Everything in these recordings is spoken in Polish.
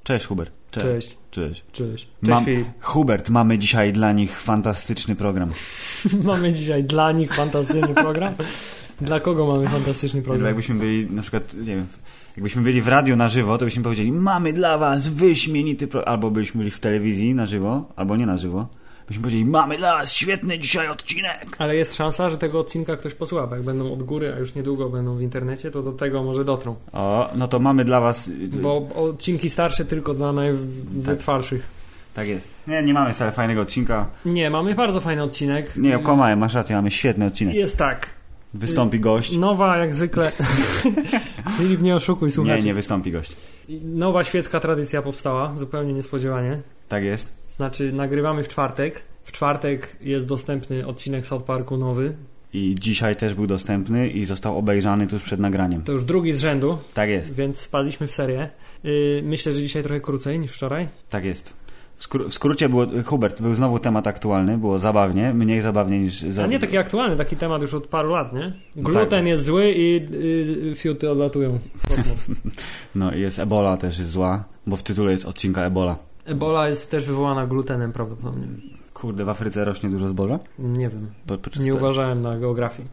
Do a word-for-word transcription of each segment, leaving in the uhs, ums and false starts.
Cześć Hubert. Cześć. Cześć. Cześć. Cześć. Mam, Cześć Hubert, mamy dzisiaj dla nich fantastyczny program. Mamy dzisiaj dla nich fantastyczny program? Dla kogo mamy fantastyczny program? Jakbyśmy byli na przykład, nie wiem, jakbyśmy byli w radiu na żywo, to byśmy powiedzieli, mamy dla was wyśmienity program. Albo byliśmy byli w telewizji na żywo, albo nie na żywo. Byśmy powiedzieli, mamy dla was świetny dzisiaj odcinek. Ale jest szansa, że tego odcinka ktoś posłucha, bo jak będą od góry, a już niedługo będą w internecie, to do tego może dotrą. O, no to mamy dla was... Bo odcinki starsze tylko dla najwytrwalszych. Tak. Tak jest. Nie, nie mamy wcale fajnego odcinka. Nie, mamy bardzo fajny odcinek. Nie, okłamałem, masz rację, mamy świetny odcinek. Jest tak. Wystąpi gość. Nowa, jak zwykle. Filip, nie oszukuj, słuchajcie. Nie, nie wystąpi gość. Nowa świecka tradycja powstała, zupełnie niespodziewanie. Tak jest. Znaczy, nagrywamy w czwartek. W czwartek jest dostępny odcinek South Parku nowy. I dzisiaj też był dostępny i został obejrzany tuż przed nagraniem. To już drugi z rzędu. Tak jest. Więc wpadliśmy w serię. Yy, myślę, że dzisiaj trochę krócej niż wczoraj. Tak jest. W, skró- w skrócie było, Hubert, był znowu temat aktualny, było zabawnie, mniej zabawnie niż... Za... A nie taki aktualny, taki temat już od paru lat, nie? Gluten no tak. jest zły i y, fiuty odlatują w kosmos. No i jest Ebola też jest zła, bo w tytule jest odcinka Ebola. Ebola jest też wywołana glutenem prawdopodobnie. Kurde, w Afryce rośnie dużo zboża? Nie wiem. Bo, po, nie uważałem na geografii.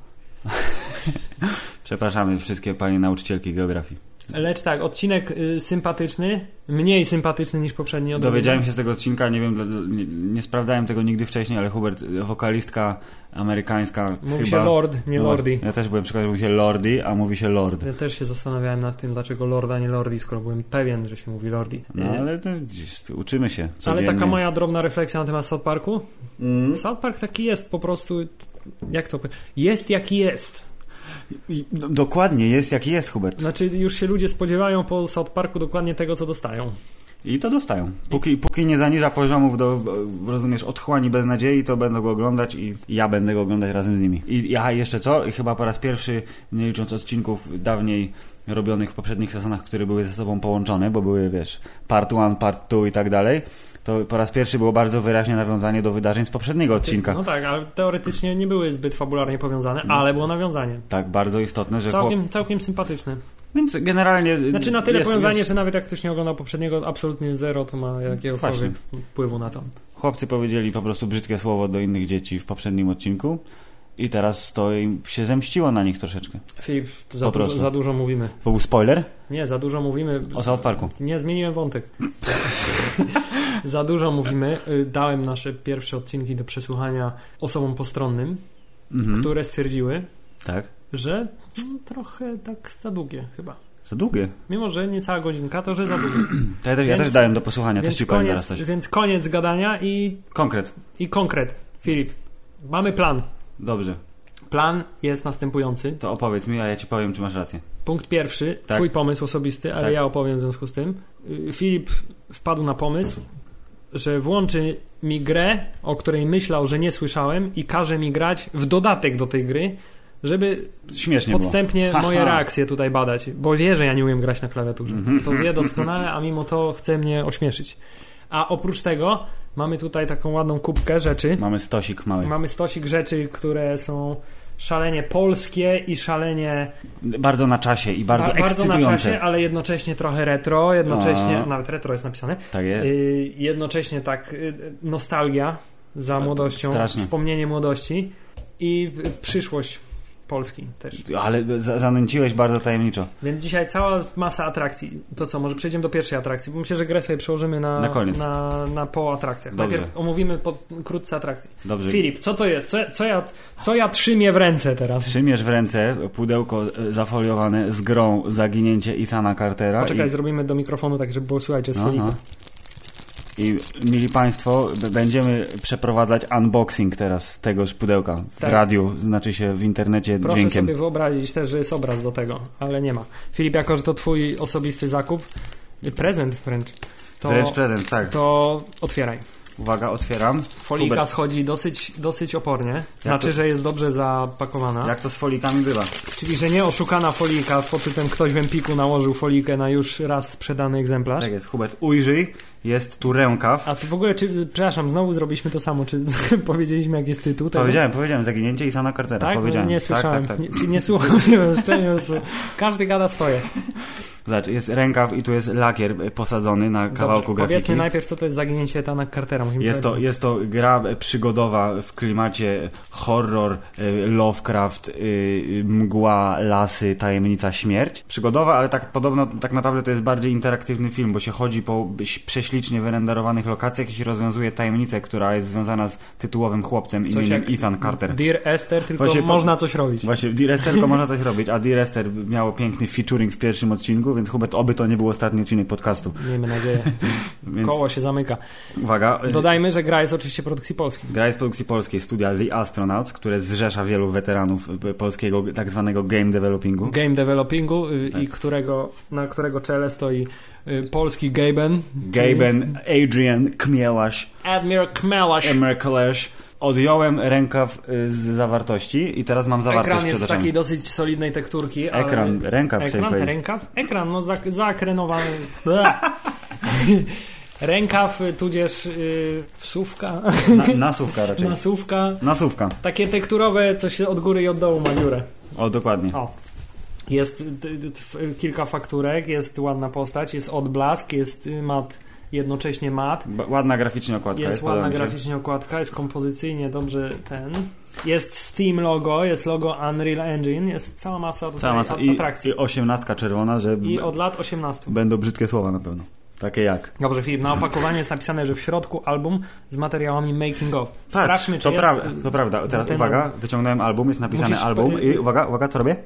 Przepraszamy wszystkie panie nauczycielki geografii. Lecz tak, odcinek y, sympatyczny, mniej sympatyczny niż poprzedni. Dowiedziałem się z tego odcinka, nie wiem, nie, nie sprawdzałem tego nigdy wcześniej, ale Hubert, wokalistka amerykańska mówi chyba... się Lord, nie no, Lordi. Ja też byłem przekonany, że mówi się Lordi, a mówi się Lord. Ja też się zastanawiałem nad tym, dlaczego Lorda, nie Lordi, skoro byłem pewien, że się mówi Lordi. No ale to dziś, to uczymy się codziennie. Ale taka moja drobna refleksja na temat South Parku. Mm. South Park taki jest po prostu, jak to jest jaki jest. I, no, dokładnie, jest jaki jest, Hubert. Znaczy już się ludzie spodziewają po South Parku dokładnie tego, co dostają. I to dostają. Póki, póki nie zaniża poziomów do, rozumiesz, otchłani bez nadziei, to będą go oglądać i ja będę go oglądać razem z nimi. I ja jeszcze co? Chyba po raz pierwszy, nie licząc odcinków dawniej robionych w poprzednich sezonach, które były ze sobą połączone, bo były, wiesz, part one, part two i tak dalej, to po raz pierwszy było bardzo wyraźnie nawiązanie do wydarzeń z poprzedniego odcinka. No tak, ale teoretycznie nie były zbyt fabularnie powiązane, no. Ale było nawiązanie. Tak, bardzo istotne, że... Całkiem, chłop... całkiem sympatyczne. Więc generalnie... Znaczy na tyle jest, powiązanie, jest... że nawet jak ktoś nie oglądał poprzedniego, absolutnie zero to ma jakiegokolwiek wpływu na to. Chłopcy powiedzieli po prostu brzydkie słowo do innych dzieci w poprzednim odcinku i teraz to im się zemściło na nich troszeczkę. Filip, za, dużo, za dużo mówimy. To był spoiler? Nie, za dużo mówimy. O South Parku. Nie, zmieniłem wątek. Za dużo mówimy. Dałem nasze pierwsze odcinki do przesłuchania osobom postronnym, mhm. które stwierdziły, tak, że no, trochę tak za długie chyba. Za długie? Mimo, że niecała godzinka, to że za długie. To ja, też, więc, ja też dałem do posłuchania, też ci powiem zaraz coś. Więc koniec gadania i... Konkret. I konkret. Filip, mamy plan. Dobrze. Plan jest następujący. To opowiedz mi, a ja ci powiem, czy masz rację. Punkt pierwszy, tak. Twój pomysł osobisty, ale tak. Ja opowiem w związku z tym. Filip wpadł na pomysł, że włączy mi grę, o której myślał, że nie słyszałem i każe mi grać w dodatek do tej gry, żeby śmiesznie podstępnie było. moje reakcje tutaj badać, bo wie, że ja nie umiem grać na klawiaturze. To wie doskonale, a mimo to chce mnie ośmieszyć. A oprócz tego mamy tutaj taką ładną kubkę rzeczy. Mamy stosik mały. Mamy stosik rzeczy, które są szalenie polskie i szalenie... Bardzo na czasie i bardzo ba- ekscytujące. Bardzo na czasie, ale jednocześnie trochę retro, jednocześnie... A. Nawet retro jest napisane. Tak jest. Y, jednocześnie tak y, nostalgia za młodością, strasznie. Wspomnienie młodości i y, przyszłość Polski też. Ale za- zanęciłeś bardzo tajemniczo. Więc dzisiaj cała masa atrakcji. To co, może przejdziemy do pierwszej atrakcji? Bo myślę, że grę sobie przełożymy na, na koniec. Na, na po atrakcjach. Dobrze. Najpierw omówimy pokrótce atrakcje. Dobrze. Filip, co to jest? Co, co, ja, co ja trzymię w ręce teraz? Trzymiesz w ręce pudełko zafoliowane z grą Zaginięcie Ethana Cartera. Poczekaj, i... zrobimy do mikrofonu, tak żeby było słychać, że z folika. I mili Państwo, b- będziemy przeprowadzać unboxing teraz tegoż pudełka w tak. radiu, znaczy się w internecie Proszę dźwiękiem. Proszę sobie wyobrazić też, że jest obraz do tego, ale nie ma. Filip, jako że to twój osobisty zakup, prezent wręcz. To, wręcz prezent, tak. To otwieraj. Uwaga, otwieram. Folika Hubert. Schodzi dosyć, dosyć opornie. Znaczy, to, że jest dobrze zapakowana. Jak to z folikami bywa. Czyli, że nie oszukana folika pod tytułem ktoś w Empiku nałożył folikę na już raz sprzedany egzemplarz. Tak jest, Hubert, ujrzyj. Jest tu rękaw. A to w ogóle, czy, przepraszam, znowu zrobiliśmy to samo. Czy powiedzieliśmy, jak jest tytuł? Tego? Powiedziałem, powiedziałem. Zaginięcie Ethana Cartera. Tak? Powiedziałem. Nie słyszałem. Tak, tak, tak. Nie, czy nie słucham? Nie, Każdy gada swoje. Zobacz, jest rękaw i tu jest lakier posadzony na kawałku Dobrze, grafiki. Powiedzmy najpierw, co to jest zaginięcie Ethana Cartera. Jest to, jest to gra przygodowa w klimacie horror, Lovecraft, mgła, lasy, tajemnica, śmierć. Przygodowa, ale tak podobno, tak naprawdę to jest bardziej interaktywny film, bo się chodzi po prześlicznie wyrenderowanych lokacjach i się rozwiązuje tajemnicę, która jest związana z tytułowym chłopcem coś imieniem Ethan Carter. Dear Esther, tylko Właśnie można po, coś robić. Właśnie, Dear Esther tylko można coś robić, a Dear Esther miało piękny featuring w pierwszym odcinku, więc Hubert, oby to nie był ostatni odcinek podcastu. Miejmy nadzieję. Więc... Koło się zamyka. Uwaga. Dodajmy, że gra jest oczywiście produkcji polskiej. Gra jest produkcji polskiej, studia The Astronauts, które zrzesza wielu weteranów polskiego tak zwanego game developingu. Game developingu tak. i którego, na którego czele stoi y, polski Gaben. Gaben, czyli... Adrian Kmielasz. Admiral Kmielasz. Admiral Kmielasz. Odjąłem rękaw z zawartości i teraz mam zawartość przed oczami. Ekran jest z takiej dosyć solidnej tekturki. Ekran, ale... rękaw. Ekran, rękaw? Ekran, no zak- zaakrenowany. Rękaw, tudzież yy, wsówka. Na, nasówka raczej. Nasówka. Nasówka. Takie tekturowe, co się od góry i od dołu ma dziurę. O, dokładnie. O. Jest t, t, t, kilka fakturek, jest ładna postać, jest odblask, jest mat, jednocześnie mat. Ba- ładna graficznie okładka. Jest, jest ładna graficznie okładka, jest kompozycyjnie dobrze ten... Jest Steam logo, jest logo Unreal Engine, jest cała masa, cała masa. I, atrakcji. I osiemnastka czerwona, że... I od lat osiemnastu. Będą brzydkie słowa na pewno. Takie jak? Dobrze, Filip, na opakowaniu jest napisane, że w środku album z materiałami making of. Sprawdźmy, Patrz, to, czy pra- jest... to prawda. Teraz uwaga, album. Wyciągnąłem album, jest napisane Musisz... album i uwaga, uwaga, co robię?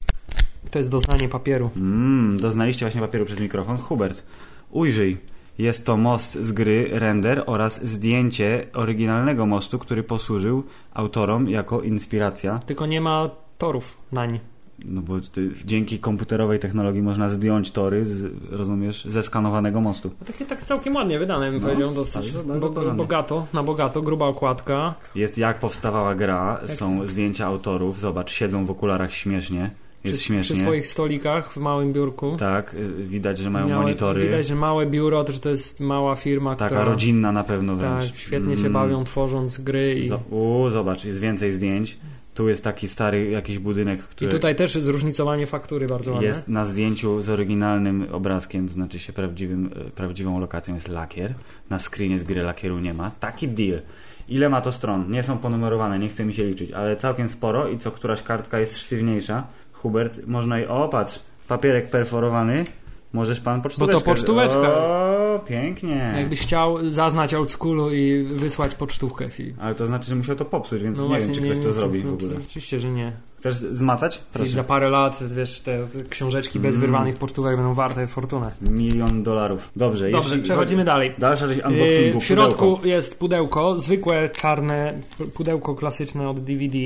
To jest doznanie papieru. Mm, doznaliście właśnie papieru przez mikrofon. Hubert, ujrzyj. Jest to most z gry, render oraz zdjęcie oryginalnego mostu, który posłużył autorom jako inspiracja. Tylko nie ma torów nań. No bo ty, dzięki komputerowej technologii można zdjąć tory, z, rozumiesz, ze skanowanego mostu. No takie tak całkiem ładnie wydane, bym no, powiedział. Dosyć bo, bogato, na bogato, gruba okładka. Jest jak powstawała gra, jak... są zdjęcia autorów, zobacz, siedzą w okularach śmiesznie. Jest przy, śmiesznie. Przy swoich stolikach w małym biurku. Tak, widać, że mają Miałe, monitory. Widać, że małe biuro, że to jest mała firma, Taka która... rodzinna na pewno wręcz. Tak, świetnie się bawią tworząc gry. I... U, zobacz, jest więcej zdjęć. Tu jest taki stary jakiś budynek, który... I tutaj też zróżnicowanie faktury bardzo ładne. Jest na zdjęciu z oryginalnym obrazkiem, to znaczy się prawdziwym, prawdziwą lokacją jest lakier. Na screenie z gry lakieru nie ma. Taki deal. Ile ma to stron? Nie są ponumerowane, nie chcę mi się liczyć, ale całkiem sporo i co któraś kartka jest sztywniejsza. Hubert, można i... O, patrz, papierek perforowany. Możesz pan pocztóweczkę... Bo to pocztóweczka. O, pięknie. Jakbyś chciał zaznać old schoolu i wysłać pocztówkę, Filip. Ale to znaczy, że musiał to popsuć, więc no nie właśnie, wiem, czy nie, ktoś nie, to nie, zrobi no, w ogóle. Oczywiście, że nie. Chcesz zmacać? Proszę. I za parę lat, wiesz, te książeczki bez mm. wyrwanych pocztówek będą warte fortunę. Milion dolarów. Dobrze. Dobrze, jeśli... przechodzimy dalej. Dalsza część unboxingu. W środku pudełko. jest pudełko, zwykłe czarne pudełko klasyczne od D V D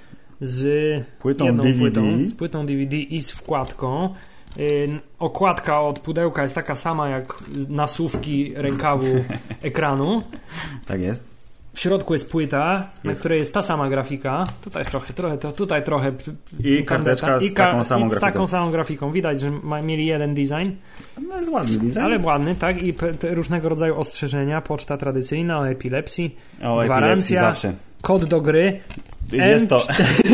z płytą jedną D V D. Płytą, z płytą D V D i z wkładką. Yy, okładka od pudełka jest taka sama jak nasłówki rękawu ekranu. Tak jest. W środku jest płyta, jest. Na której jest ta sama grafika. Tutaj trochę, trochę, to, tutaj trochę. I karteczka z, I ka- taką samą i z grafiką. taką samą grafiką. Widać, że ma, mieli jeden design. No jest ładny design. Ale ładny, tak? I p- różnego rodzaju ostrzeżenia. Poczta tradycyjna o epilepsji. O gwarancja, epilepsji zawsze. Kod do gry. Jest to...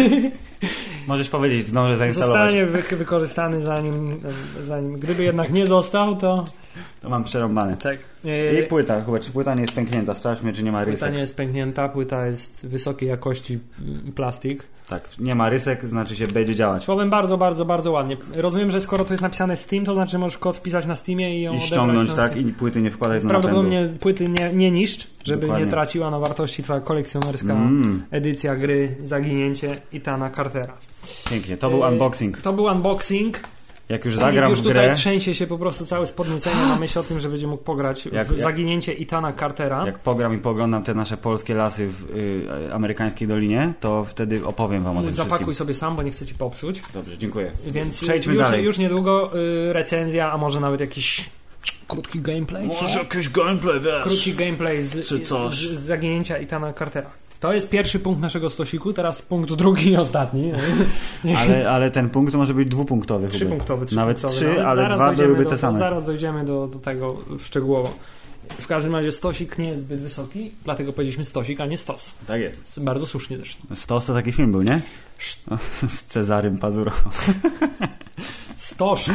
Możesz powiedzieć, zdążę zainstalować. Zostanie wy- wykorzystany zanim, zanim... Gdyby jednak nie został, to... To mam przerąbane. Tak. I płyta, chyba, czy płyta nie jest pęknięta? Sprawdźmy, czy nie ma rysek. Płyta nie jest pęknięta, płyta jest wysokiej jakości plastik. Tak, nie ma rysek, znaczy się będzie działać. Powiem bardzo, bardzo, bardzo ładnie. Rozumiem, że skoro tu jest napisane Steam, to znaczy, że możesz kod wpisać na Steamie i ją I ściągnąć, tak, i płyty nie wkładać do napędu. Prawdopodobnie płyty nie, nie niszcz, żeby Dokładnie. nie traciła na wartości twoja kolekcjonerska mm. edycja gry Zaginięcie Ethana Cartera. Pięknie, to był e, unboxing. To był unboxing. Jak już zagram już w grę... tutaj trzęsie się po prostu całe z podniecenia na myśl o tym, że będzie mógł pograć jak, w jak, Zaginięcie Ethana Cartera. Jak pogram i poglądam te nasze polskie lasy w y, amerykańskiej dolinie, to wtedy opowiem wam o tym Zapakuj wszystkim. sobie sam, bo nie chcę ci popsuć. Dobrze, dziękuję. Więc przejdźmy już, dalej. Już niedługo y, recenzja, a może nawet jakiś krótki gameplay. Może co? jakiś gameplay, wiesz. Krótki gameplay z, Czy coś. z, z Zaginięcia Ethana Cartera. To jest pierwszy punkt naszego stosiku, teraz punkt drugi i ostatni. ale, ale ten punkt może być dwupunktowy. Trzypunktowy, Nawet trzypunktowy. trzy, ale dwa byłyby do, te same. Zaraz dojdziemy do, do tego szczegółowo. W każdym razie stosik nie jest zbyt wysoki, dlatego powiedzieliśmy stosik, a nie stos. Tak jest. Bardzo słusznie zresztą. Stos to taki film był, nie? Z Cezarym Pazurą. Stosz.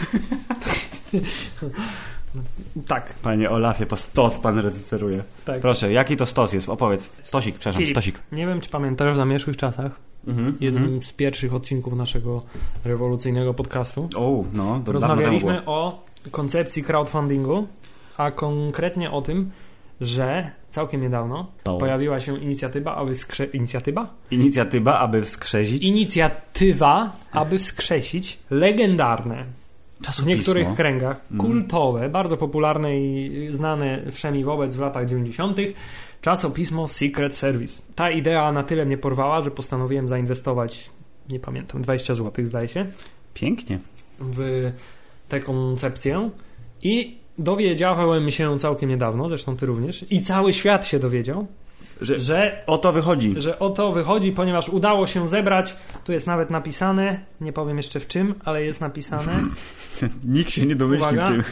Tak. Panie Olafie, po stos pan reżyseruje. Tak. Proszę, jaki to stos jest? Opowiedz. Stosik, przepraszam, Filip, stosik. Nie wiem, czy pamiętasz, w zamierzchłych czasach, mhm, jednym mhm. z pierwszych odcinków naszego rewolucyjnego podcastu o, no, to rozmawialiśmy o koncepcji crowdfundingu, a konkretnie o tym, że całkiem niedawno to. pojawiła się inicjatywa, aby wskrze... Inicjatywa? Inicjatywa, aby wskrzesić? Inicjatywa, aby wskrzesić legendarne w niektórych kręgach kultowe, mm. bardzo popularne i znane wszemi wobec w latach dziewięćdziesiątych czasopismo Secret Service. Ta idea na tyle mnie porwała, że postanowiłem zainwestować, nie pamiętam, dwadzieścia złotych zdaje się. Pięknie. W tę koncepcję i dowiedziałem się całkiem niedawno, zresztą ty również, i cały świat się dowiedział, Że, że o to wychodzi. Że o to wychodzi, ponieważ udało się zebrać, tu jest nawet napisane, nie powiem jeszcze w czym, ale jest napisane. Nikt się nie domyśli Uwaga, w czym.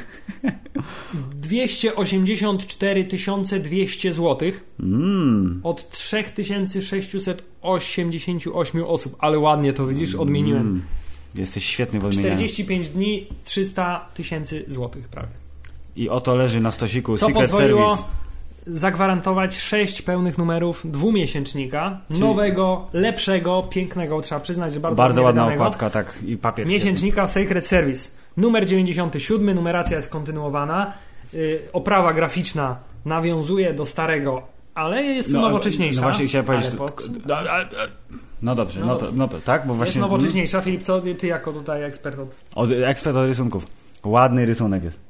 dwieście osiemdziesiąt cztery tysiące dwieście złotych mm. od trzy tysiące sześćset osiemdziesiąt osiem osób, ale ładnie to widzisz, odmieniłem. Mm. Jesteś świetny w odmienianiu. czterdzieści pięć dni, trzysta tysięcy złotych prawie. I oto leży na stosiku Co Secret pozwoliło Service. Zagwarantować sześć pełnych numerów dwumiesięcznika, Czyli... nowego, lepszego, pięknego, trzeba przyznać, że bardzo, bardzo ładna okładka, tak, i papier. Miesięcznika Secret Service. Numer dziewięćdziesiąty siódmy, numeracja jest kontynuowana, yy, oprawa graficzna nawiązuje do starego, ale jest no, nowocześniejsza. No właśnie chciałem powiedzieć... Pod... No dobrze, no, no, dobrze. no tak, bo właśnie... Jest nowocześniejsza. Filip, co ty jako tutaj ekspert od... od... Ekspert od rysunków. Ładny rysunek jest.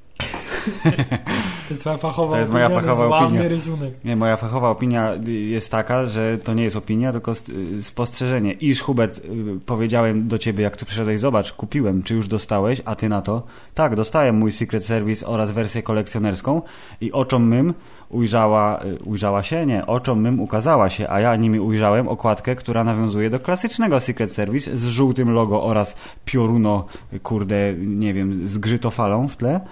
To jest twoja fachowa to jest opinia, moja fachowa to jest opinia. rysunek. Nie, moja fachowa opinia jest taka, że to nie jest opinia, tylko spostrzeżenie. Iż, Hubert, powiedziałem do ciebie, jak tu przyszedłeś, zobacz, kupiłem, czy już dostałeś, a ty na to? Tak, dostałem mój Secret Service oraz wersję kolekcjonerską i oczom mym ujrzała, ujrzała się? Nie, oczom mym ukazała się, a ja nimi ujrzałem okładkę, która nawiązuje do klasycznego Secret Service z żółtym logo oraz pioruno, kurde, nie wiem, z grzytofalą w tle.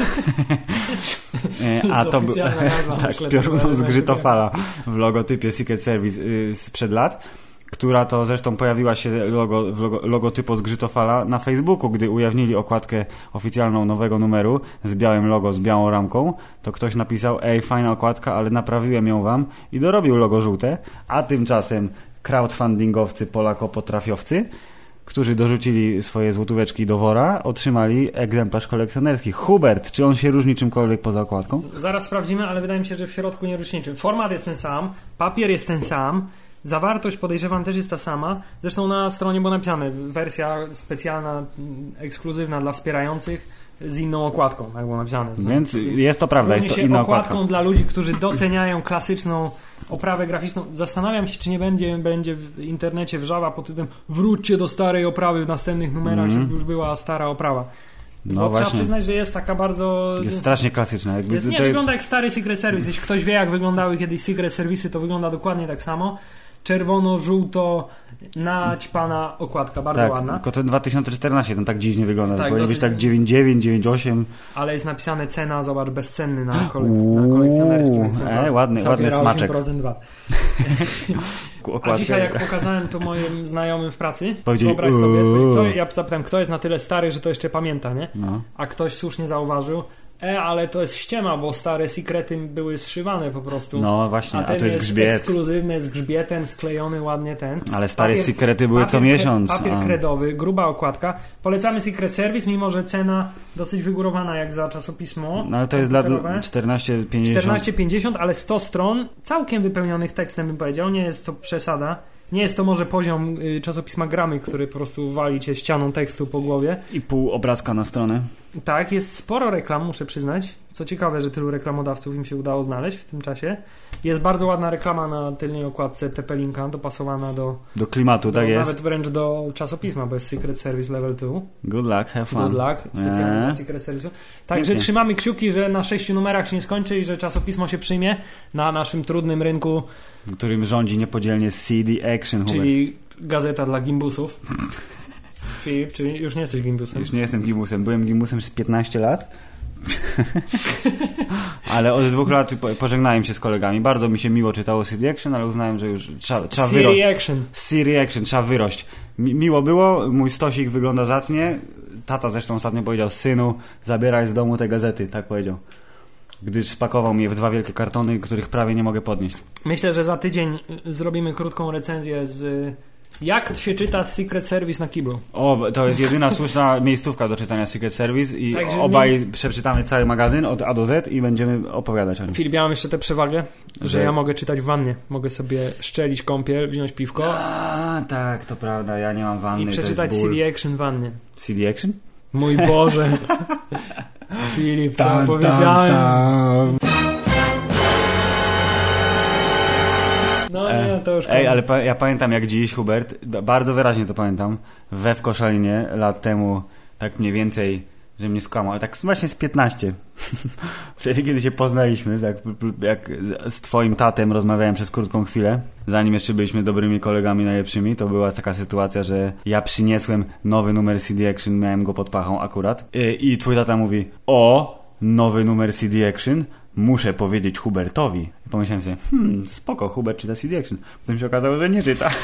A to był tak, pioruno z grzytofala w logotypie Secret Service yy, sprzed lat, która to zresztą pojawiła się logo, w logo, logotypo z grzytofala na Facebooku, gdy ujawnili okładkę oficjalną nowego numeru z białym logo, z białą ramką, to ktoś napisał: ej, fajna okładka, ale naprawiłem ją wam, i dorobił logo żółte, a tymczasem crowdfundingowcy, Polako-potrafiowcy, którzy dorzucili swoje złotóweczki do wora, otrzymali egzemplarz kolekcjonerski. Hubert, czy on się różni czymkolwiek poza okładką? Zaraz sprawdzimy, ale wydaje mi się, że w środku nie różni niczym. Format jest ten sam, papier jest ten sam, zawartość, podejrzewam, też jest ta sama. Zresztą na stronie było napisane: wersja specjalna, ekskluzywna dla wspierających z inną okładką, jak było napisane. Więc jest to prawda, jest to inna okładka. Okładką dla ludzi, którzy doceniają klasyczną oprawę graficzną. Zastanawiam się, czy nie będzie, będzie w internecie wrzawa pod tytułem: wróćcie do starej oprawy w następnych numerach, mm. żeby już była stara oprawa. No bo właśnie. Trzeba przyznać, że jest taka bardzo... Jest strasznie klasyczna. Jakby jest, nie, to... wygląda jak stary Secret Service. Jeśli ktoś wie, jak wyglądały kiedyś Secret Service'y, to wygląda dokładnie tak samo. Czerwono, żółto, naćpana okładka, bardzo tak, ładna. Tylko ten dwa tysiące czternasty, ten tak dziwnie wygląda. Tak, powinien być tak dziewięćdziesiąt dziewięć, dziewięćdziesiąt osiem. Ale jest napisane cena, zobacz, bezcenny na, kolek- na kolekcjonerskim. E, ładny, ładny smaczek. osiem procent VAT. A dzisiaj, jak pokazałem to moim znajomym w pracy, wyobraź sobie, kto, ja zapytałem, kto jest na tyle stary, że to jeszcze pamięta, nie? No. A ktoś słusznie zauważył: E, ale to jest ściema, bo stare sekrety były zszywane po prostu. No właśnie, a, a ten a to jest, jest grzbiet. ekskluzywny, z grzbietem, sklejony ładnie ten. Ale stare papier, sekrety były papier, co miesiąc. Papier a. kredowy, gruba okładka. Polecamy Secret Service, mimo że cena dosyć wygórowana jak za czasopismo. No ale to jest dla czternaście pięćdziesiąt. czternaście pięćdziesiąt, ale sto stron, całkiem wypełnionych tekstem, bym powiedział. Nie jest to przesada. Nie jest to może poziom y, czasopisma Gramy, który po prostu wali cię ścianą tekstu po głowie. I pół obrazka na stronę. Tak, jest sporo reklam, muszę przyznać. Co ciekawe, że tylu reklamodawców im się udało znaleźć w tym czasie. Jest bardzo ładna reklama na tylnej okładce T P Linka, dopasowana do... Do klimatu, do, tak jest. Nawet wręcz do czasopisma, bo jest Secret Service Level dwa. Good luck, have fun. Good luck, specjalnie eee. dla Secret Service'u. Także Pięknie. Trzymamy kciuki, że na sześciu numerach się nie skończy i że czasopismo się przyjmie na naszym trudnym rynku, którym rządzi niepodzielnie C D Action. Czyli Hubert. Gazeta dla gimbusów. Filip, czyli już nie jesteś gimbusem? Już nie jestem gimbusem. Byłem gimbusem przez piętnaście lat. Ale od dwóch lat pożegnałem się z kolegami. Bardzo mi się miło czytało C D Action, ale uznałem, że już trzeba, trzeba wyrość. Siri Action. Siri Action, trzeba wyrość. Mi, miło było, mój stosik wygląda zacnie. Tata zresztą ostatnio powiedział: synu, zabieraj z domu te gazety, tak powiedział. Gdyż spakował mnie w dwa wielkie kartony, których prawie nie mogę podnieść. Myślę, że za tydzień zrobimy krótką recenzję z jak się czyta Secret Service na kiblu. O, to jest jedyna słuszna miejscówka do czytania Secret Service i tak, obaj my... przeczytamy cały magazyn od A do Z i będziemy opowiadać o nim. Filip, ja mam jeszcze tę przewagę, że... że ja mogę czytać w wannie. Mogę sobie szczelić kąpiel, wziąć piwko. A, tak, to prawda, ja nie mam wanny. I przeczytać C D Action w wannie. C D Action? Mój Boże. Filip, co tam, powiedziałem? Tam, tam. No nie, to już... Ej, ale pa- ja pamiętam jak dziś, Hubert, bardzo wyraźnie to pamiętam, we w Koszalinie lat temu, tak mniej więcej, że mnie skłamał, ale tak właśnie z piętnaście. Wtedy, kiedy się poznaliśmy, tak jak z twoim tatem rozmawiałem przez krótką chwilę, zanim jeszcze byliśmy dobrymi kolegami najlepszymi, to była taka sytuacja, że ja przyniosłem nowy numer C D Action, miałem go pod pachą akurat i, i twój tata mówi: o, nowy numer C D Action, muszę powiedzieć Hubertowi. I pomyślałem sobie, hmm, spoko, Hubert czyta C D Action. Potem się okazało, że nie czyta.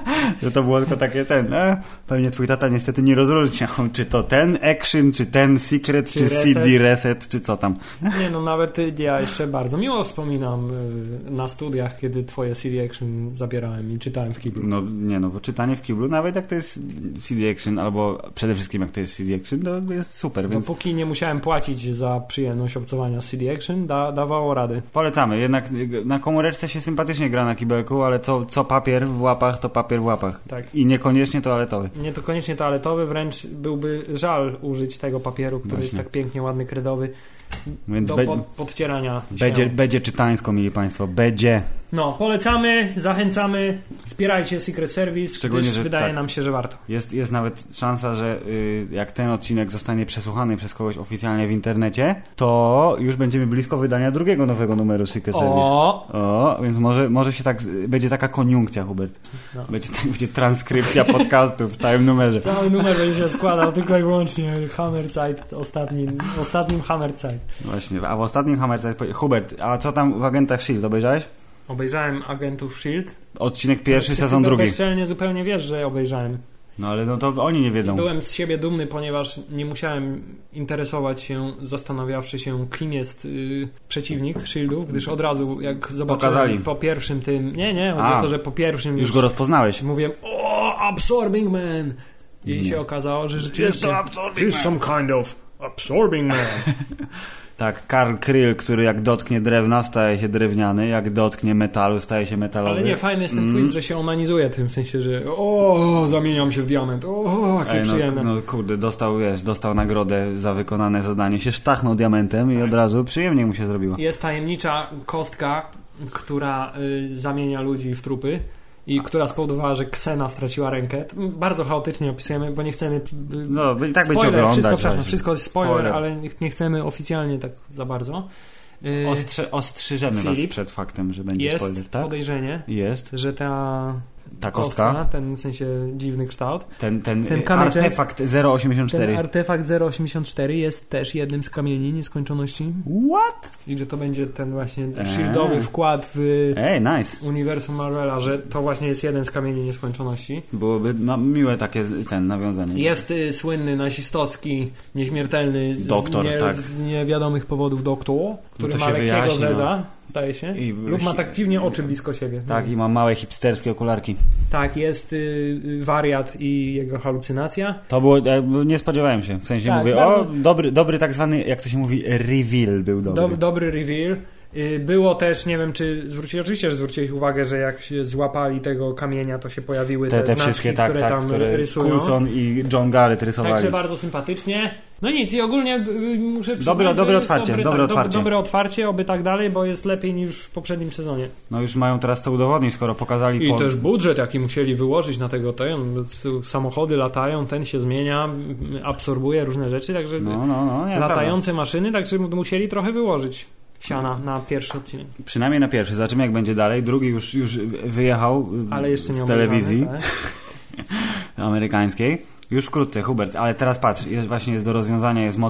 Że to było tylko takie ten, e, pewnie twój tata niestety nie rozróżniał, czy to ten Action, czy ten Secret, czy, czy C D Reset, czy co tam. Nie no, nawet ja jeszcze bardzo miło wspominam y, na studiach, kiedy twoje C D Action zabierałem i czytałem w kiblu. No nie no, bo czytanie w kiblu, nawet jak to jest C D Action, albo przede wszystkim jak to jest C D Action, to jest super. Więc... Dopóki nie musiałem płacić za przyjemność obcowania z C D Action, da, dawało rady. Polecamy, jednak na komóreczce się sympatycznie gra na kibelku, ale co, co papier w łapach, to papier w łapach. Tak. I niekoniecznie toaletowy. Nie to koniecznie toaletowy, wręcz byłby żal użyć tego papieru, który Właśnie. jest tak pięknie ładny, kredowy. Więc do be... pod, podcierania będzie, się. Będzie czytańsko, mili Państwo, będzie. No, polecamy, zachęcamy, wspierajcie Secret Service, gdyż że wydaje tak, nam się, że warto. Jest, jest nawet szansa, że y, jak ten odcinek zostanie przesłuchany przez kogoś oficjalnie w internecie, to już będziemy blisko wydania drugiego nowego numeru Secret o. Service. O, więc może, może się tak, będzie taka koniunkcja, Hubert. No. Będzie, tak, będzie transkrypcja podcastu w całym numerze. Cały numer będzie się składał tylko i wyłącznie Hammerzeit, ostatnim, ostatnim Hammerzeit. Właśnie, a w ostatnim Hammerzeit... Hubert, a co tam w Agentach S H I E L D obejrzałeś? Obejrzałem Agentów S H I E L D. Odcinek pierwszy, sezon drugi. Bezczelnie zupełnie wiesz, że obejrzałem. No ale no to oni nie wiedzą. Byłem z siebie dumny, ponieważ nie musiałem interesować się, zastanawiawszy się, kim jest y, przeciwnik Shieldów, gdyż od razu jak zobaczyłem Pokazali. po pierwszym tym... Nie, nie, chodzi A, o to, że po pierwszym już... Już go rozpoznałeś. Mówiłem, o, Absorbing Man! I nie. się okazało, że rzeczywiście... He's some kind of absorbing man. Tak, Karl Kryl, który jak dotknie drewna, staje się drewniany, jak dotknie metalu, staje się metalowy. Ale nie, fajny jest ten mm. twist, że się onanizuje tym, w sensie, że o, zamieniam się w diament, o, jakie Ej, no, przyjemne. No kurde, dostał, wiesz, dostał nagrodę za wykonane zadanie, się sztachnął diamentem i od razu przyjemniej mu się zrobiło. Jest tajemnicza kostka, która y, zamienia ludzi w trupy. I która spowodowała, że Ksena straciła rękę. Bardzo chaotycznie opisujemy, bo nie chcemy... No, i tak spoiler, będzie oglądać. Wszystko, przepraszam, wszystko jest spoiler, spoiler, ale nie chcemy oficjalnie tak za bardzo. Ostrze, ostrzyżemy Filip, was przed faktem, że będzie jest spoiler, tak? podejrzenie, jest. że ta... Ta kostka, kostka, ten w sensie dziwny kształt. Ten, ten, ten artefakt zero osiemdziesiąt cztery. Ten artefakt zero osiemdziesiąt cztery jest też jednym z kamieni nieskończoności. What? I że to będzie ten właśnie eee. shieldowy wkład w Ej, nice. uniwersum Marvela, że to właśnie jest jeden z kamieni nieskończoności. Byłoby no, miłe takie ten nawiązanie. Jest y, słynny nazistowski, nieśmiertelny doktor, z, nie, tak. z niewiadomych powodów doktor, który no ma lekkiego wyjaśni, zeza, no. zdaje się. I, lub ma tak dziwnie oczy blisko siebie. Tak, no. i ma małe hipsterskie okularki. Tak, jest y, wariat i jego halucynacja. To było, nie spodziewałem się. W sensie tak, mówię, bardzo... o, dobry, dobry tak zwany, jak to się mówi, reveal był dobry. Do, dobry reveal. Było też, nie wiem czy zwróciłeś, oczywiście, że zwróciłeś uwagę, że jak się złapali tego kamienia, to się pojawiły te, te, te znaczki, wszystkie, tak, które tak, tam które rysują. Coulson i John Garrett rysowali. Także bardzo sympatycznie. No nic, i ogólnie muszę przyznać, dobre, dobre otwarcie, dobre, dobre tak, otwarcie. Dobre otwarcie, oby tak dalej, bo jest lepiej niż w poprzednim sezonie. No już mają teraz co udowodnić, skoro pokazali... I po... też budżet, jaki musieli wyłożyć na tego, ten, samochody latają, ten się zmienia, absorbuje różne rzeczy, także no, no, no, nie, latające prawda. maszyny, także musieli trochę wyłożyć siana na pierwszy odcinek. Przynajmniej na pierwszy. Zobaczymy jak będzie dalej. Drugi już, już wyjechał ale jeszcze nie z telewizji tak? amerykańskiej. Już wkrótce, Hubert. Ale teraz patrz, jest, właśnie jest do rozwiązania jest motyw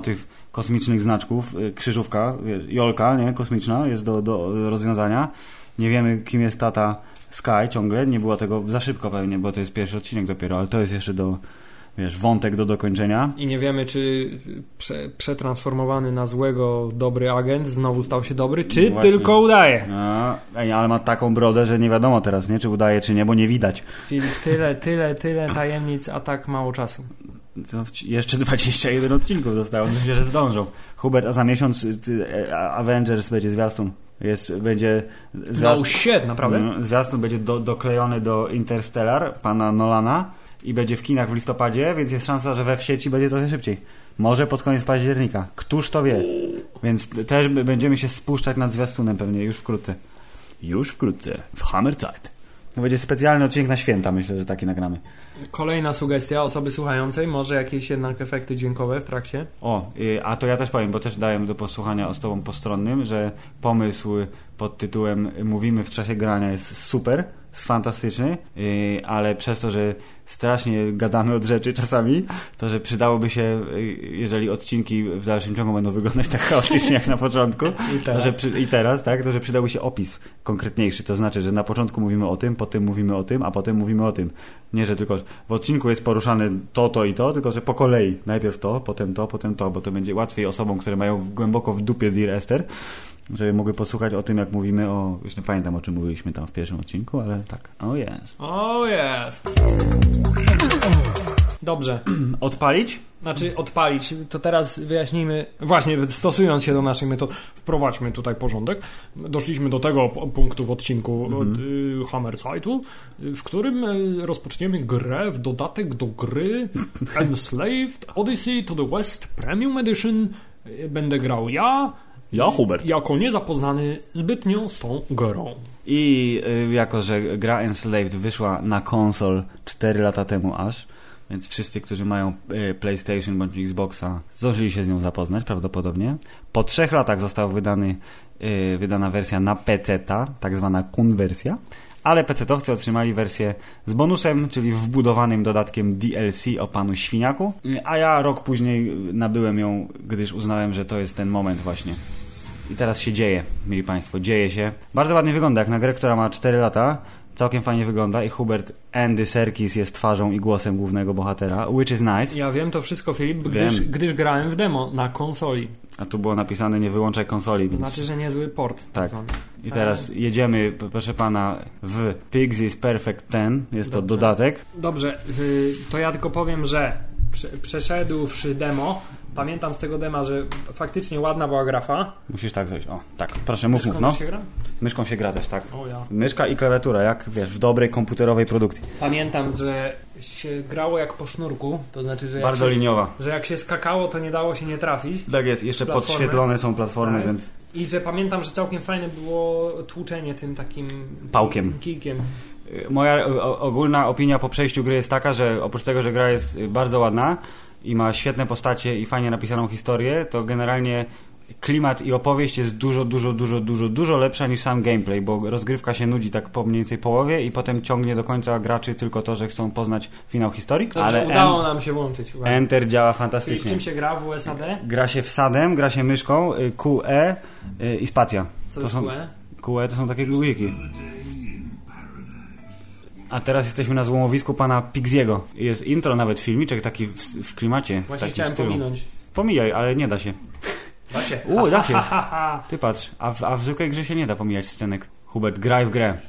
kosmicznych znaczków, krzyżówka, Jolka, nie, kosmiczna, jest do, do rozwiązania. Nie wiemy, kim jest tata Sky ciągle, nie było tego za szybko pewnie, bo to jest pierwszy odcinek dopiero, ale to jest jeszcze do, wiesz, wątek do dokończenia. I nie wiemy, czy prze, przetransformowany na złego dobry agent znowu stał się dobry, czy no tylko udaje. No, ale ma taką brodę, że nie wiadomo teraz, nie, czy udaje, czy nie, bo nie widać. Filip, tyle, tyle, tyle tajemnic, a tak mało czasu. Co, jeszcze dwadzieścia jeden odcinków zostało, myślę, że zdążą. Hubert, a za miesiąc ty, Avengers będzie zwiastun. Jest, będzie zwiastun, no shit, naprawdę? Zwiastun będzie do, doklejony do Interstellar pana Nolana i będzie w kinach w listopadzie, więc jest szansa, że we w sieci będzie trochę szybciej. Może pod koniec października. Któż to wie? Więc też będziemy się spuszczać nad zwiastunem pewnie już wkrótce. Już wkrótce. W Hammerzeit. To będzie specjalny odcinek na święta, myślę, że taki nagramy. Kolejna sugestia osoby słuchającej, może jakieś jednak efekty dźwiękowe w trakcie? O, a to ja też powiem, bo też dałem do posłuchania osobom postronnym, że pomysł pod tytułem Mówimy w czasie grania jest super, jest fantastyczny, ale przez to, że strasznie gadamy od rzeczy czasami, to że przydałoby się, jeżeli odcinki w dalszym ciągu będą wyglądać tak chaotycznie jak na początku, I teraz, to, że przy, i teraz tak, to że przydałby się opis konkretniejszy, to znaczy, że na początku mówimy o tym, potem mówimy o tym, a potem mówimy o tym. Nie, że tylko w odcinku jest poruszane to, to i to, tylko że po kolei. Najpierw to, potem to, potem to, bo to będzie łatwiej osobom, które mają głęboko w dupie Dear Esther, żeby mogły posłuchać o tym, jak mówimy o... Już nie pamiętam, o czym mówiliśmy tam w pierwszym odcinku, ale tak. Oh yes. Oh yes. Dobrze. Odpalić? Znaczy odpalić, to teraz wyjaśnijmy, właśnie stosując się do naszych metod, wprowadźmy tutaj porządek. Doszliśmy do tego punktu w odcinku mhm. od y, Hammerzeitu, w którym y, rozpoczniemy grę w dodatek do gry Enslaved Odyssey to the West Premium Edition. Będę grał ja, Ja, Hubert. Jako niezapoznany zbytnio z tą grą. I y, jako, że gra Enslaved wyszła na konsol cztery lata temu aż, więc wszyscy, którzy mają y, PlayStation bądź Xboxa, zdążyli się z nią zapoznać prawdopodobnie. Po trzech latach została wydany, y, wydana wersja na peceta, tak zwana konwersja, ale pecetowcy otrzymali wersję z bonusem, czyli wbudowanym dodatkiem D L C o panu Świniaku, a ja rok później nabyłem ją, gdyż uznałem, że to jest ten moment właśnie. I teraz się dzieje, mieli Państwo, dzieje się. Bardzo ładnie wygląda, jak na grę, która ma cztery lata. Całkiem fajnie wygląda i Hubert Andy Serkis jest twarzą i głosem głównego bohatera, which is nice. Ja wiem to wszystko, Filip, gdyż, gdyż grałem w demo na konsoli. A tu było napisane nie wyłączaj konsoli. Więc... Znaczy, że niezły port. Tak. I teraz jedziemy, proszę pana, w Pixies Perfect ten. Jest to Dobrze. dodatek. Dobrze, to ja tylko powiem, że przeszedłszy demo, pamiętam z tego dema, że faktycznie ładna była grafa. Musisz tak zrobić. O, tak. Proszę, mów, mów, no. Myszką się gra? Myszką się gra też, tak. O, ja. Myszka i klawiatura, jak wiesz, w dobrej komputerowej produkcji. Pamiętam, że się grało jak po sznurku, to znaczy, że bardzo jak się, liniowa. Że jak się skakało, to nie dało się nie trafić. Tak jest, jeszcze platformy. Podświetlone są platformy, tak. Więc... I że pamiętam, że całkiem fajne było tłuczenie tym takim... Pałkiem. Kijkiem. Moja o, ogólna opinia po przejściu gry jest taka, że oprócz tego, że gra jest bardzo ładna i ma świetne postacie i fajnie napisaną historię, to generalnie klimat i opowieść jest dużo, dużo, dużo, dużo, dużo lepsza niż sam gameplay, bo rozgrywka się nudzi tak po mniej więcej połowie i potem ciągnie do końca graczy tylko to, że chcą poznać finał historii. Dobrze, ale udało nam się włączyć. Uwaga. Enter działa fantastycznie. Czyli w czym się gra? W U S A D? Gra się wsadem, gra się myszką, Q E i spacja. Co to jest są, Q E? Q E to są takie guziki. A teraz jesteśmy na złomowisku pana Pixiego. Jest intro, nawet filmiczek taki w, w klimacie. Właśnie w chciałem stylu. pominąć. Pomijaj, ale nie da się. Da się. U, da się. Ty patrz, a w, a w zwykłej grze się nie da pomijać scenek. Hubert, graj w grę.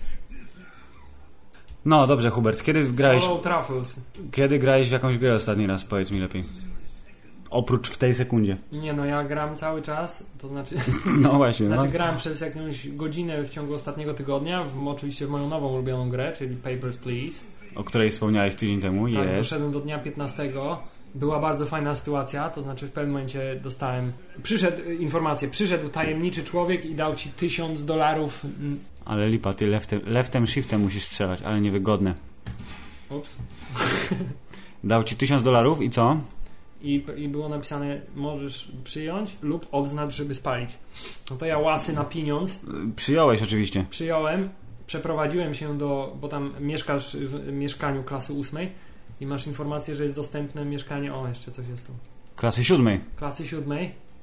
No dobrze, Hubert, kiedy grałeś... Kiedy grałeś w jakąś grę ostatni raz? Powiedz mi lepiej. Oprócz w tej sekundzie. Nie no, ja gram cały czas, to znaczy... No właśnie. Znaczy no. grałem przez jakąś godzinę w ciągu ostatniego tygodnia, w, oczywiście w moją nową ulubioną grę, czyli Papers, Please. O której wspomniałeś tydzień temu. Tak, jest. doszedłem do dnia piętnastego. Była bardzo fajna sytuacja, to znaczy w pewnym momencie dostałem... Przyszedł, informację, przyszedł tajemniczy człowiek i dał ci tysiąc dolarów. Ale lipa, ty leftem, leftem shiftem musisz strzelać, ale niewygodne. Ups. Dał ci tysiąc dolarów i co? I, I było napisane, możesz przyjąć lub odznacz, żeby spalić. No to ja łasy na pieniądz. Przyjąłeś oczywiście. Przyjąłem, przeprowadziłem się do, bo tam mieszkasz w mieszkaniu klasy ósmej i masz informację, że jest dostępne mieszkanie, o jeszcze coś jest tu. Klasy siódmej. Klasy siódmej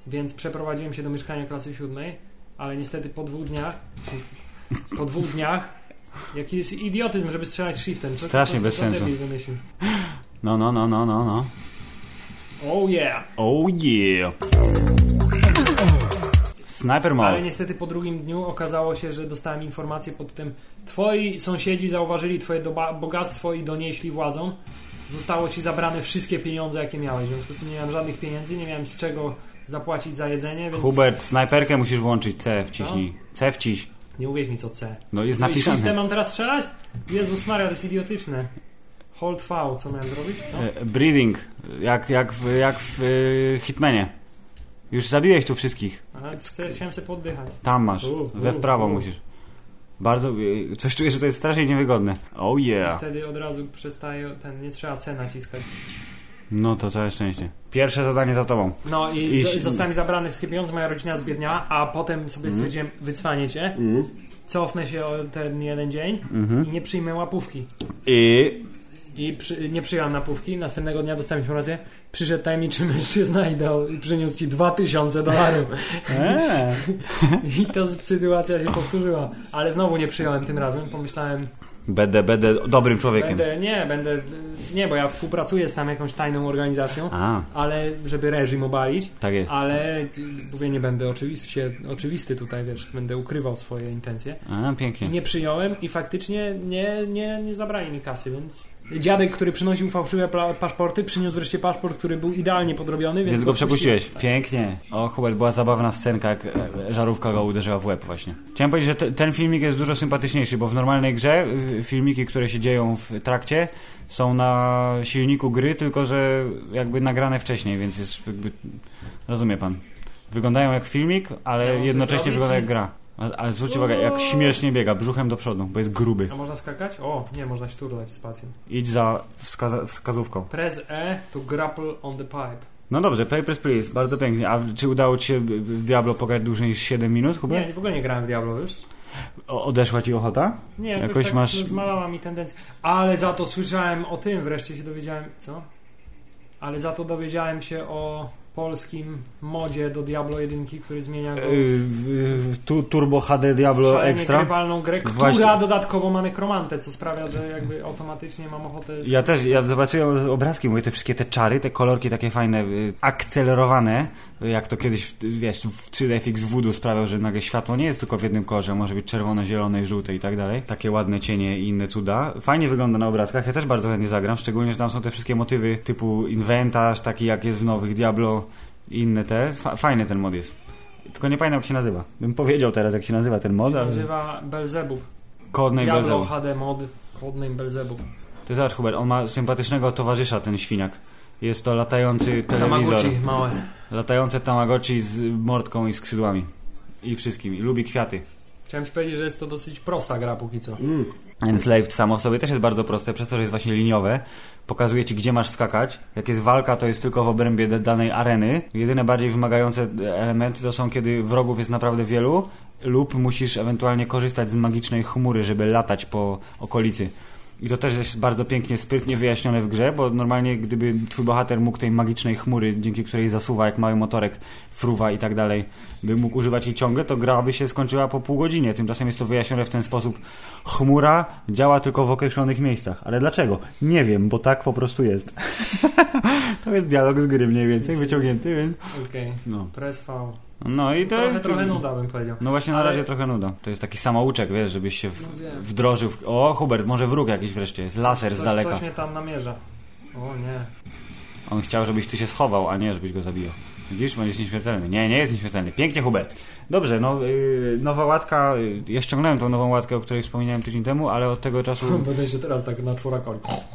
więc przeprowadziłem się do mieszkania klasy siódmej, ale niestety po dwóch dniach po dwóch dniach jaki jest idiotyzm, żeby strzelać shiftem. Co, Strasznie co, bez co sensu. No, no, no, no, no, no. Oh yeah. Oh yeah. Sniper mode. Ale niestety po drugim dniu okazało się, że dostałem informację pod tym: twoi sąsiedzi zauważyli twoje doba- bogactwo i donieśli władzom. Zostało ci zabrane wszystkie pieniądze, jakie miałeś. W związku z tym nie miałem żadnych pieniędzy, nie miałem z czego zapłacić za jedzenie, więc... Hubert, snajperkę musisz włączyć. C wciśnij. No? C wciś. Nie uwierz mi co C. No jest no napisane. I shiftem mam teraz strzelać? Jezus Maria, to jest idiotyczne. Hold V, co miałem zrobić? Co? E, breathing. Jak, jak w, jak w e, Hitmanie. Już zabiłeś tu wszystkich. Aha, chcę, chciałem sobie poddychać. Tam masz. U, We w prawo u, u. musisz. Bardzo... E, coś czuję, że to jest strasznie niewygodne. Oh yeah. I wtedy od razu przestaje ten... Nie trzeba C naciskać. No to całe szczęście. Pierwsze zadanie za tobą. No i, I... z, zostały mi zabrane wszystkie pieniądze, moja rodzina zbiedniała, a potem sobie mm. stwierdziłem, wycwanie się, Mm. cofnę się o ten jeden dzień Mm-hmm. i nie przyjmę łapówki. I... I przy, nie przyjąłem napówki. Następnego dnia dostałem informację, przyszedł tajemniczy mężczyzna i, dał, i przyniósł ci dwa tysiące dolarów. Eee. I ta sytuacja się powtórzyła. Ale znowu nie przyjąłem tym razem. Pomyślałem... Będę, będę dobrym człowiekiem. Będę, nie, będę... Nie, bo ja współpracuję z tam jakąś tajną organizacją, A. ale żeby reżim obalić. Tak jest. Ale mówię, nie będę oczywiście, oczywisty tutaj, wiesz, będę ukrywał swoje intencje. A, pięknie. I nie przyjąłem i faktycznie nie, nie, nie zabrali mi kasy, więc... Dziadek, który przynosił fałszywe pla- paszporty, przyniósł wreszcie paszport, który był idealnie podrobiony, więc, Więc go przepuściłeś. Tak. Pięknie. O, Hubert, była zabawna scenka, jak e, żarówka go uderzyła w łeb właśnie. Chciałem powiedzieć, że te, ten filmik jest dużo sympatyczniejszy, bo w normalnej grze y, filmiki, które się dzieją w trakcie, są na silniku gry, tylko że jakby nagrane wcześniej, więc jest jakby... Rozumie pan. Wyglądają jak filmik, ale No, jednocześnie wygląda czy... jak gra. Ale, ale zwróćcie uwagę, jak śmiesznie biega, brzuchem do przodu, bo jest gruby. A można skakać? O, nie, można szturlać spacją. Idź za wskaza- wskazówką. Press E to grapple on the pipe. No dobrze, Papers, Please, bardzo pięknie. A czy udało ci się w Diablo pograć dłużej niż siedem minut, Hubert? Nie, w ogóle nie grałem w Diablo już. O, odeszła ci ochota? Nie, jakoś, jakoś tak masz... zmalała mi tendencja. Ale za to słyszałem o tym, wreszcie się dowiedziałem... Co? Ale za to dowiedziałem się o polskim modzie do Diablo jeden, który zmienia go w tu, Turbo H D Diablo Extra. grywalną grę, która Właśnie. dodatkowo ma nekromantę, co sprawia, że jakby automatycznie mam ochotę... Ja też, ja zobaczyłem obrazki, mówię, te wszystkie te czary, te kolorki takie fajne, akcelerowane, jak to kiedyś, wiesz, w trzy D F X Voodoo sprawiał, że nagle światło nie jest tylko w jednym kolorze, może być czerwone, zielone, żółte i tak dalej. Takie ładne cienie i inne cuda. Fajnie wygląda na obrazkach, ja też bardzo chętnie zagram, szczególnie, że tam są te wszystkie motywy typu inwentarz, taki jak jest w nowych Diablo i inne te. Fa- fajny ten mod jest. Tylko nie pamiętam, jak się nazywa. Bym powiedział teraz, jak się nazywa ten mod. Się ale... nazywa Belzebub. Codename Diablo Belzebub. H D mod, codename Belzebub. To zobacz, Hubert, on ma sympatycznego towarzysza, ten świniak. Jest to latający telewizor. Tamagotchi małe. Latające Tamagotchi z mordką i skrzydłami. I wszystkim. I lubi kwiaty. Chciałem ci powiedzieć, że jest to dosyć prosta gra póki co. Mm. Enslaved samo w sobie też jest bardzo proste, przez to, że jest właśnie liniowe. Pokazuje ci, gdzie masz skakać. Jak jest walka, to jest tylko w obrębie danej areny. Jedyne bardziej wymagające elementy to są, kiedy wrogów jest naprawdę wielu lub musisz ewentualnie korzystać z magicznej chmury, żeby latać po okolicy. I to też jest bardzo pięknie, sprytnie wyjaśnione w grze, bo normalnie gdyby twój bohater mógł tej magicznej chmury, dzięki której zasuwa jak mały motorek, fruwa i tak dalej, by mógł używać jej ciągle, to gra by się skończyła po pół godzinie. Tymczasem jest to wyjaśnione w ten sposób. Chmura działa tylko w określonych miejscach. Ale dlaczego? Nie wiem, bo tak po prostu jest. To jest dialog z gry mniej więcej, wyciągnięty, więc... Okej, okay. No. Press V. No i to... Trochę, to... trochę nuda bym powiedział. No właśnie na Ale... razie trochę nuda. To jest taki samouczek, wiesz, żebyś się w... no wdrożył w... O, Hubert, może wróg jakiś wreszcie jest. Laser coś, z daleka. Coś mnie tam namierza. O nie. On chciał, żebyś ty się schował, a nie, żebyś go zabijał. Widzisz, on jest nieśmiertelny. Nie, nie jest nieśmiertelny. Pięknie, Hubert. Dobrze, no yy, nowa łatka. Yy, ja ściągnąłem tą nową łatkę, o której wspomniałem tydzień temu, ale od tego czasu... Będę się teraz tak na czworaka.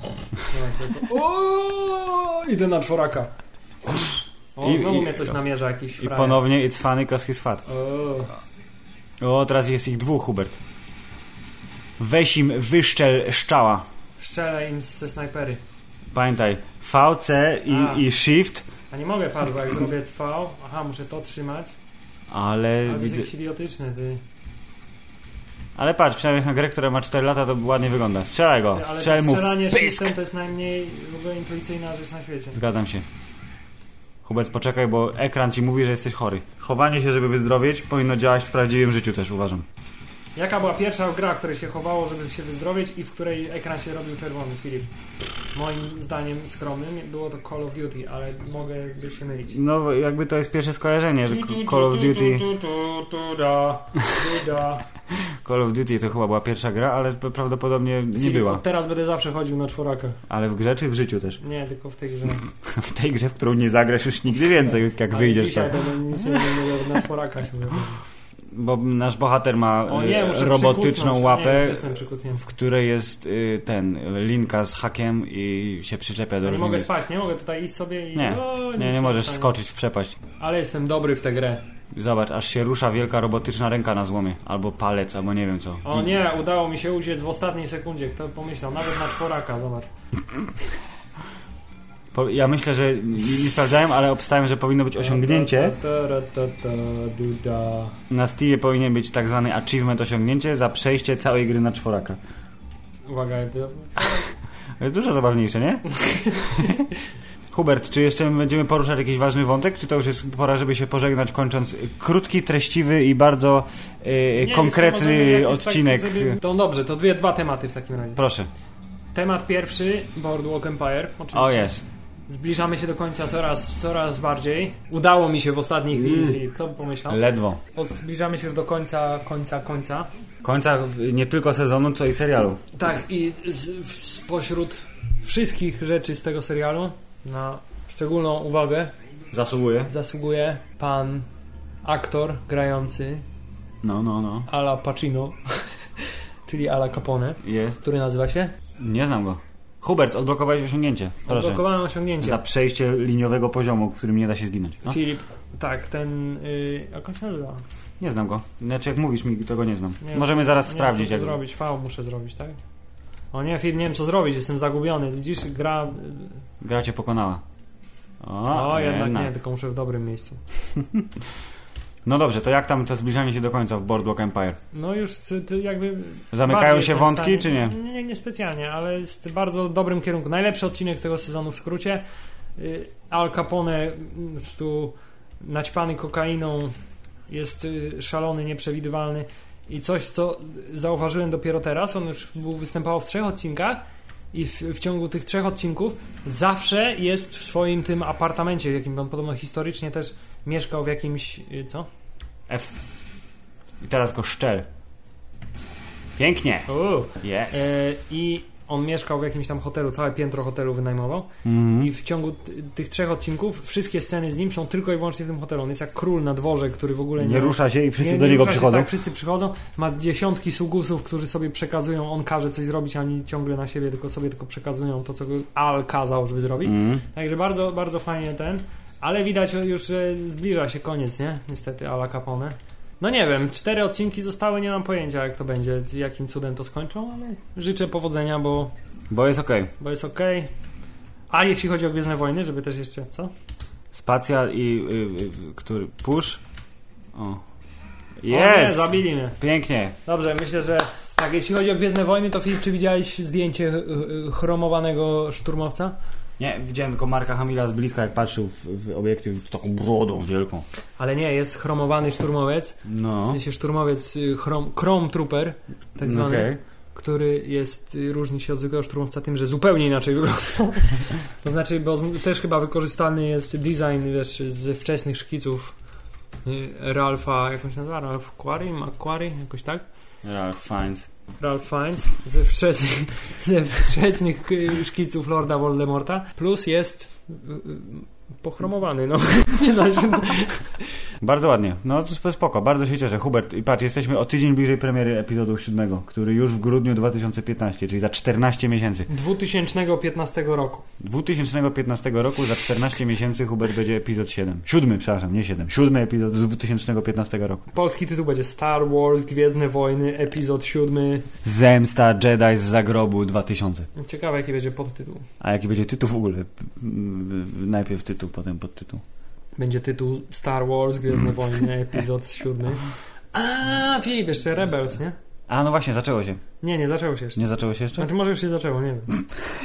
O, idę na czworaka. O, I, znowu i, mnie coś i, namierza, jakiś frajer. I ponownie it's funny cause he's fat. O. o, teraz jest ich dwóch, Hubert. Weź im wyszczel szczała. Szczelę im ze snajpery. Pamiętaj, V, C i, i Shift. A nie mogę, patrz, bo jak zrobię V, aha, muszę to trzymać. Ale... Ale widzę... jest jakiś idiotyczny, ty. Ale patrz, przynajmniej na grę, która ma cztery lata, to ładnie wygląda. Strzelaj go, strzel mu w pysk. To jest najmniej w ogóle intuicyjna rzecz na świecie. Zgadzam się. Hubert, poczekaj, bo ekran ci mówi, że jesteś chory. Chowanie się, żeby wyzdrowieć, powinno działać w prawdziwym życiu też, uważam. Jaka była pierwsza gra, w której się chowało, żeby się wyzdrowieć i w której ekran się robił czerwony, Filip? Moim zdaniem skromnym było to Call of Duty, ale mogę by się mylić. No jakby to jest pierwsze skojarzenie, że Call of Duty... Call of Duty to chyba była pierwsza gra, ale prawdopodobnie nie Filip, była. Teraz będę zawsze chodził na czworakach. Ale w grze czy w życiu też? Nie, tylko w tej grze. W tej grze, w którą nie zagrasz już nigdy więcej, jak ale wyjdziesz. Dzisiaj będę nic nie będę na czworakach się mówię. Bo nasz bohater ma o, nie, robotyczną łapę, nie, w której jest y, ten linka z hakiem i się przyczepia do różnych. Nie mogę miejsc. spać, nie mogę tutaj iść sobie i... Nie, o, nie, nie możesz skoczyć w przepaść. Ale jestem dobry w tę grę. Zobacz, aż się rusza wielka robotyczna ręka na złomie. Albo palec, albo nie wiem co. O nie, udało mi się uciec w ostatniej sekundzie. Kto pomyślał? Nawet na czworaka, zobacz. Ja myślę, że nie sprawdzałem, ale obstałem, że powinno być osiągnięcie. Na Steamie powinien być tak zwany achievement osiągnięcie za przejście całej gry na czworaka. Uwaga, to... To jest dużo zabawniejsze, nie? Hubert, czy jeszcze będziemy poruszać jakiś ważny wątek, czy to już jest pora, żeby się pożegnać, kończąc krótki, treściwy i bardzo e, nie, konkretny odcinek? Tak, żeby... To dobrze, to dwie, dwa tematy w takim razie. Proszę. Temat pierwszy, Boardwalk Empire, oczywiście. O, jest. Zbliżamy się do końca coraz, coraz bardziej. Udało mi się w ostatniej chwili, mm. Kto by pomyślał? Ledwo. Zbliżamy się już do końca, końca, końca. Końca nie tylko sezonu, co i serialu. Tak, i z, spośród wszystkich rzeczy z tego serialu na szczególną uwagę zasługuje zasługuje pan aktor grający no, no, no. Al Pacino, czyli Al Capone, jest. Który nazywa się? Nie znam go. Hubert, odblokowałeś osiągnięcie. Proszę. Odblokowałem osiągnięcie. Za przejście liniowego poziomu, w którym nie da się zginąć. No? Filip, tak, ten... Yy, jak on się nazywa? Nie znam go. Znaczy jak mówisz mi, to go nie znam. Nie, Możemy zaraz nie sprawdzić. Nie wiem, co jak... zrobić. V muszę zrobić, tak? O nie, Filip, nie wiem co zrobić. Jestem zagubiony. Widzisz, gra... Gra cię pokonała. O, o jednak, jednak nie, tylko muszę w dobrym miejscu. No dobrze, to jak tam to zbliżanie się do końca w Boardwalk Empire? No już to jakby... Zamykają się wątki, czy nie? nie? Nie, nie specjalnie, ale jest w bardzo dobrym kierunku. Najlepszy odcinek z tego sezonu w skrócie. Al Capone tu naćpany kokainą jest szalony, nieprzewidywalny i coś, co zauważyłem dopiero teraz. On już był, występował w trzech odcinkach i w, w ciągu tych trzech odcinków zawsze jest w swoim tym apartamencie, w jakim on podobno historycznie też mieszkał w jakimś... co? F. I teraz go szczel. Pięknie. Yes. E, I on mieszkał w jakimś tam hotelu, całe piętro hotelu wynajmował mm-hmm. i w ciągu t- tych trzech odcinków wszystkie sceny z nim są tylko i wyłącznie w tym hotelu. On jest jak król na dworze, który w ogóle nie... Nie rusza się i wszyscy nie, do nie niego się, przychodzą. Tak, wszyscy przychodzą. Ma dziesiątki sługusów, którzy sobie przekazują, on każe coś zrobić, a oni ciągle na siebie tylko sobie tylko przekazują to, co Al kazał, żeby zrobić. Mm. Także bardzo, bardzo fajnie ten... Ale widać już, że zbliża się koniec, nie? Niestety, Ala Capone. No nie wiem, cztery odcinki zostały, nie mam pojęcia jak to będzie, jakim cudem to skończą, ale życzę powodzenia, bo... Bo jest okej. Okay. Bo jest okej. Okay. A jeśli chodzi o Gwiezdne Wojny, żeby też jeszcze, co? Spacja i... Y, y, który... Push? O. Jest! O nie, zabili mnie. Pięknie. Dobrze, myślę, że tak, jeśli chodzi o Gwiezdne Wojny, to Filip, czy widziałeś zdjęcie chromowanego szturmowca? Nie, widziałem tylko Marka Hamila z bliska, jak patrzył w, w obiektyw z taką brodą wielką. Ale nie, jest chromowany szturmowiec. No. W sensie szturmowiec chrom, Chrome Trooper, tak zwany, okay. który jest, różni się od zwykłego szturmowca tym, że zupełnie inaczej wygląda. To znaczy, bo też chyba wykorzystany jest design, wiesz, z wczesnych szkiców Ralpha, jak on się nazywa? Ralph Quarry? Macquarie? Jakoś tak? Ralph Fiennes. Ralph Fiennes ze wczesnych, ze wczesnych szkiców Lorda Voldemorta, plus jest pochromowany, no. Nie da się... Bardzo ładnie, no to spoko, bardzo się cieszę. Hubert, i patrz, jesteśmy o tydzień bliżej premiery epizodu siódmego, który już w grudniu dwa tysiące piętnastego, czyli za czternaście miesięcy. dwa tysiące piętnastego roku. dwa tysiące piętnastego roku, za czternaście miesięcy, Hubert, będzie epizod siedem. Siódmy, przepraszam, nie siedem. Siódmy epizod z dwa tysiące piętnastego roku. Polski tytuł będzie Star Wars, Gwiezdne Wojny, epizod siódmy. Zemsta Jedi z zagrobu dwa tysiące. Ciekawe, jaki będzie podtytuł. A jaki będzie tytuł w ogóle? Najpierw tytuł, potem podtytuł. Będzie tytuł Star Wars, Gwiezdne Wojny, epizod siódmy. A, Filip, jeszcze Rebels, nie? A, no właśnie, zaczęło się. Nie, nie zaczęło się jeszcze. Nie zaczęło się jeszcze? Znaczy może już się zaczęło, nie wiem.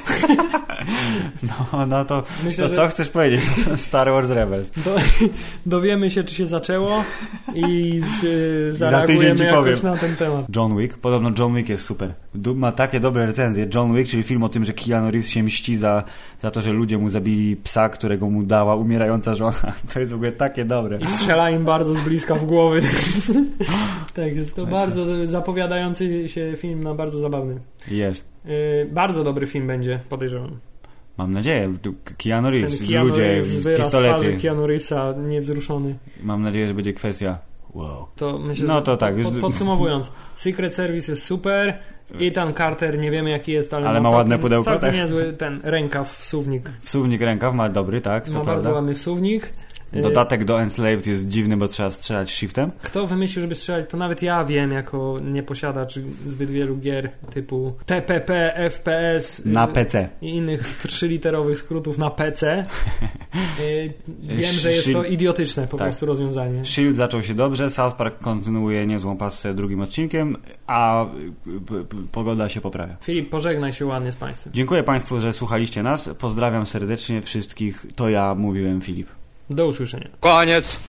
No, no to, Myślę, to że... co chcesz powiedzieć? Star Wars Rebels. Do, dowiemy się, czy się zaczęło i z, zareagujemy Za jakoś powiem. na ten temat. John Wick. Podobno John Wick jest super. Ma takie dobre recenzje. John Wick, czyli film o tym, że Keanu Reeves się mści za, za to, że ludzie mu zabili psa, którego mu dała umierająca żona. To jest w ogóle takie dobre. I strzela im bardzo z bliska w głowy. Tak, jest to bardzo zapowiadający się film na bardzo zabawny. Jest. Yy, bardzo dobry film będzie, podejrzewam. Mam nadzieję. Keanu Reeves, Ten Keanu ludzie, Reeves, wyraz pistolety. twarzy Keanu Reevesa niewzruszony. Mam nadzieję, że będzie kwestia wow. To myślę, no że to tak, pod, już... podsumowując, Secret Service jest super, Ethan Carter nie wiemy jaki jest, ale, ale ma, ma ładne całkiem, pudełko, całkiem tak? niezły ten rękaw, wsuwnik. Wsuwnik rękaw ma dobry, tak, to ma prawda. bardzo ładny wsuwnik. Dodatek do Enslaved jest dziwny, bo trzeba strzelać shiftem. Kto wymyślił, żeby strzelać, to nawet ja wiem, jako nieposiadacz zbyt wielu gier typu T P P, F P S na P C i innych trzyliterowych skrótów na P C. Wiem, że jest to idiotyczne po tak. prostu rozwiązanie. Shield zaczął się dobrze, South Park kontynuuje niezłą pasę drugim odcinkiem, a pogoda się poprawia. Filip, pożegnaj się ładnie z Państwem. Dziękuję Państwu, że słuchaliście nas. Pozdrawiam serdecznie wszystkich. To ja mówiłem, Filip. Do usłyszenia. Koniec.